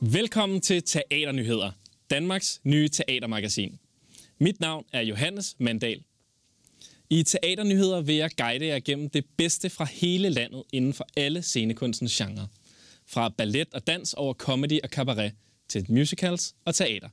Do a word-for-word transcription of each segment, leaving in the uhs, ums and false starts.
Velkommen til Teaternyheder, Danmarks nye teatermagasin. Mit navn er Johannes Mandal. I Teaternyheder vil jeg guide jer gennem det bedste fra hele landet inden for alle scenekunstens genrer. Fra ballet og dans over comedy og cabaret til musicals og teater.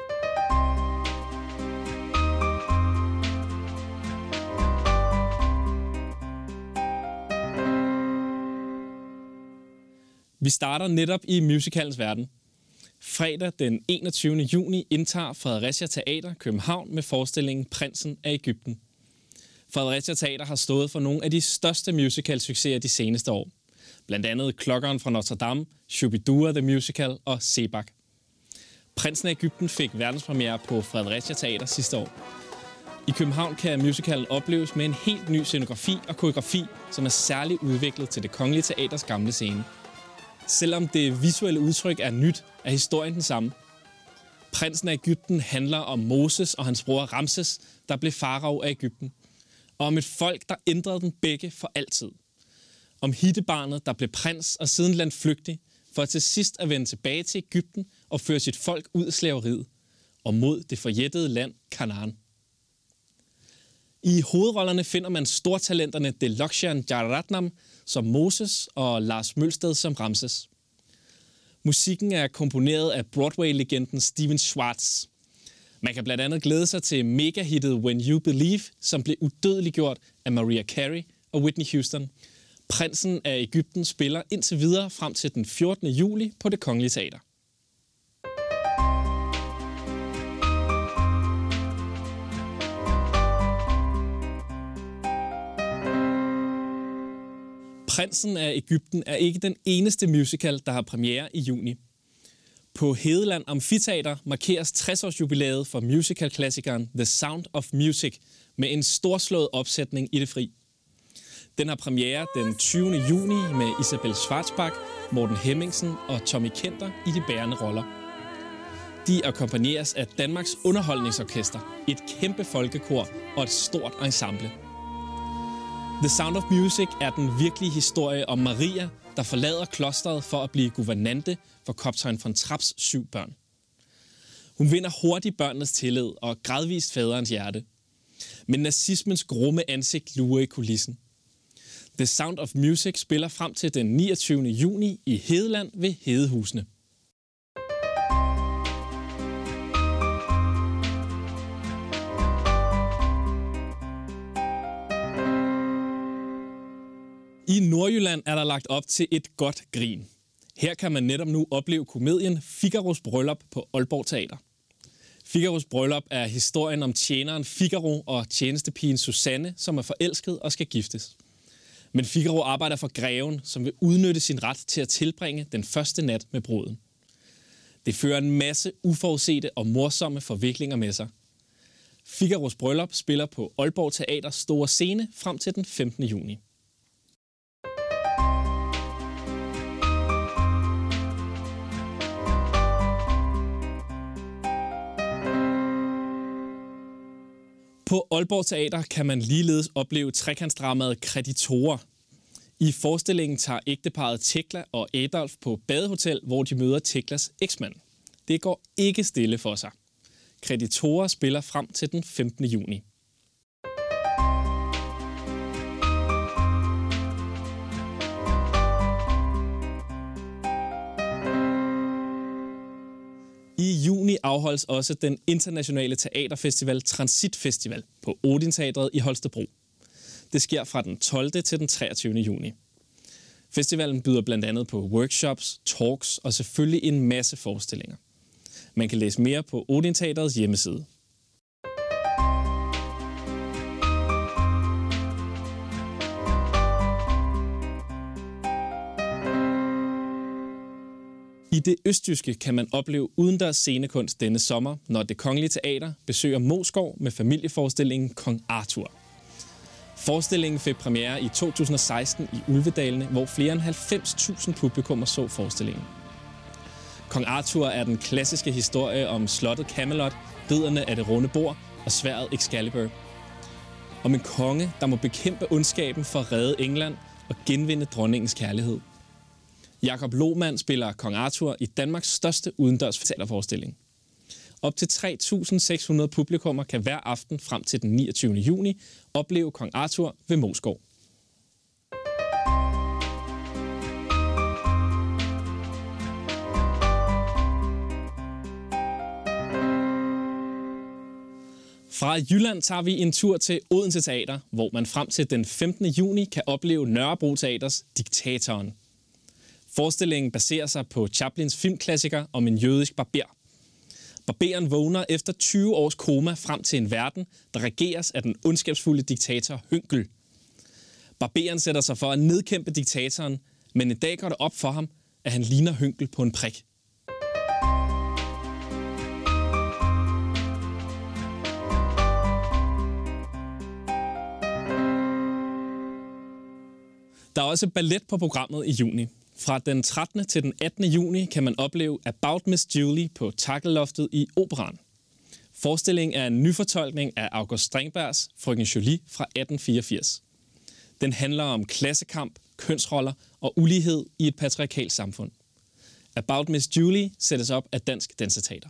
Vi starter netop i musicalens verden. Fredag den enogtyvende juni indtager Fredericia Teater København med forestillingen Prinsen af Egypten. Fredericia Teater har stået for nogle af de største musicalsucceser de seneste år. Blandt andet Klokkeren fra Notre Dame, Shubidua the Musical og Sebak. Prinsen af Egypten fik verdenspremiere på Fredericia Teater sidste år. I København kan musicalen opleves med en helt ny scenografi og koreografi, som er særligt udviklet til Det Kongelige Teaters gamle scene. Selvom det visuelle udtryk er nyt, er historien den samme. Prinsen af Egypten handler om Moses og hans bror Ramses, der blev farao af Egypten. Og om et folk, der ændrede dem begge for altid. Om hittebarnet, der blev prins og siden landflygtig, for til sidst at vende tilbage til Egypten og føre sit folk ud af slaveriet. Og mod det forjættede land, Kanaan. I hovedrollerne finder man stortalenterne Delokshan Jararatnam som Moses og Lars Mølsted som Ramses. Musikken er komponeret af Broadway-legenden Stephen Schwartz. Man kan blandt andet glæde sig til megahittet When You Believe, som blev udødeliggjort af Mariah Carey og Whitney Houston. Prinsen af Egypten spiller indtil videre frem til den fjortende juli på Det Kongelige Teater. Prinsen af Egypten er ikke den eneste musical, der har premiere i juni. På Hedeland Amfiteater markeres tres-års jubilæet for musicalklassikeren The Sound of Music med en storslået opsætning i det fri. Den har premiere den tyvende juni med Isabel Schwartzbach, Morten Hemmingsen og Tommy Kenter i de bærende roller. De akkompagneres af Danmarks Underholdningsorkester, et kæmpe folkekor og et stort ensemble. The Sound of Music er den virkelige historie om Maria, der forlader klosteret for at blive guvernante for kaptajn von Trapps syv børn. Hun vinder hurtigt børnenes tillid og gradvist faderens hjerte. Men nazismens grumme ansigt lurer i kulissen. The Sound of Music spiller frem til den niogtyvende juni i Hedeland ved Hedehusene. I Nordjylland er der lagt op til et godt grin. Her kan man netop nu opleve komedien Figaros Bryllup på Aalborg Teater. Figaros Bryllup er historien om tjeneren Figaro og tjenestepigen Susanne, som er forelsket og skal giftes. Men Figaro arbejder for greven, som vil udnytte sin ret til at tilbringe den første nat med bruden. Det fører en masse uforudsete og morsomme forviklinger med sig. Figaros Bryllup spiller på Aalborg Teaters store scene frem til den femtende juni. På Aalborg Teater kan man ligeledes opleve trekantsdramaet Kreditorer. I forestillingen tager ægteparret Tekla og Adolf på badehotel, hvor de møder Teklas eksmand. Det går ikke stille for sig. Kreditorer spiller frem til den femtende juni. I juni afholdes også den internationale teaterfestival Transit Festival på Odin Teatret i Holstebro. Det sker fra den tolvte til den treogtyvende juni. Festivalen byder blandt andet på workshops, talks og selvfølgelig en masse forestillinger. Man kan læse mere på Odin Teatrets hjemmeside. I det østjyske kan man opleve udendørs scenekunst denne sommer, når Det Kongelige Teater besøger Moskov med familieforestillingen Kong Arthur. Forestillingen fik premiere i to tusind og seksten i Ulvedalene, hvor flere end halvfems tusind publikummer så forestillingen. Kong Arthur er den klassiske historie om slottet Camelot, ridderne af det runde bord og sværdet Excalibur. Om en konge, der må bekæmpe ondskaben for at redde England og genvinde dronningens kærlighed. Jakob Lohmann spiller Kong Arthur i Danmarks største udendørs teaterforestilling. Op til tre tusind seks hundrede publikummer kan hver aften frem til den niogtyvende juni opleve Kong Arthur ved Moesgaard. Fra Jylland tager vi en tur til Odense Teater, hvor man frem til den femtende juni kan opleve Nørrebro Teaters Diktatoren. Forestillingen baserer sig på Chaplins filmklassiker om en jødisk barber. Barberen vågner efter tyve års koma frem til en verden, der regeres af den ondskabsfulde diktator Hønkel. Barberen sætter sig for at nedkæmpe diktatoren, men en dag går det op for ham, at han ligner Hønkel på en prik. Der er også ballet på programmet i juni. Fra den trettende til den attende juni kan man opleve About Miss Julie på Takkeloftet i Operaen. Forestillingen er en nyfortolkning af August Strindbergs Frøken Julie fra atten fireogfirs. Den handler om klassekamp, kønsroller og ulighed i et patriarkalsk samfund. About Miss Julie sættes op af Dansk Danseteater.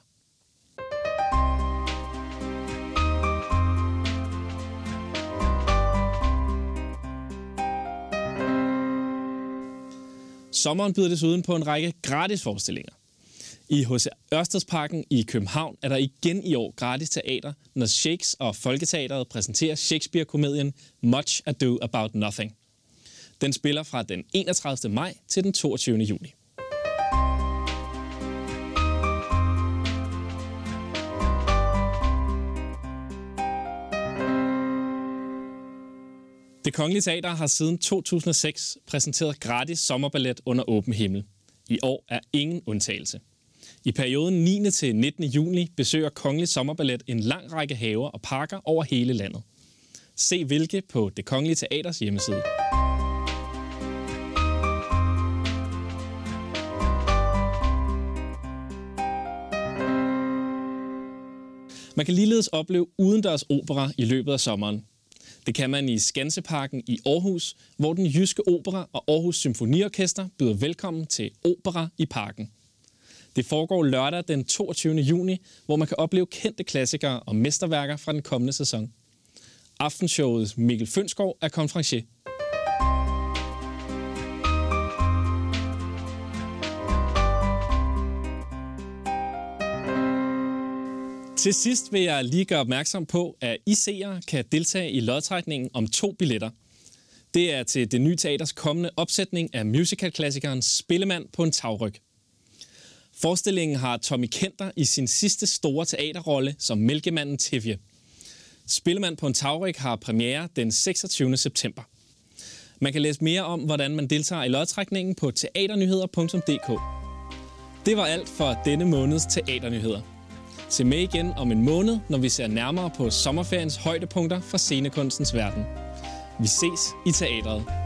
Sommeren byder desuden på en række gratis forestillinger. I H C Ørstedsparken i København er der igen i år gratis teater, når Shakes og Folketeateret præsenterer Shakespeare-komedien Much Ado About Nothing. Den spiller fra den enogtredivte maj til den toogtyvende juni. Det Kongelige Teater har siden to tusind og seks præsenteret gratis sommerballet under åben himmel. I år er ingen undtagelse. I perioden niende til nittende juni besøger Kongelig Sommerballet en lang række haver og parker over hele landet. Se hvilke på Det Kongelige Teaters hjemmeside. Man kan ligeledes opleve udendørs opera i løbet af sommeren. Det kan man i Skanseparken i Aarhus, hvor den Jyske Opera og Aarhus Symfoniorkester byder velkommen til Opera i Parken. Det foregår lørdag den toogtyvende juni, hvor man kan opleve kendte klassikere og mesterværker fra den kommende sæson. Aftenshowet Mikkel Fønsgaard er konferencier. Til sidst vil jeg lige gøre opmærksom på, at I seere kan deltage i lodtrækningen om to billetter. Det er til Det Nye Teaters kommende opsætning af musicalklassikeren Spillemand på en tagryg. Forestillingen har Tommy Kenter i sin sidste store teaterrolle som mælkemanden Tevje. Spillemand på en tagryg har premiere den seksogtyvende september. Man kan læse mere om, hvordan man deltager i lodtrækningen på teaternyheder punktum d k. Det var alt for denne måneds teaternyheder. Se med igen om en måned, når vi ser nærmere på sommerferiens højdepunkter fra scenekunstens verden. Vi ses i teatret.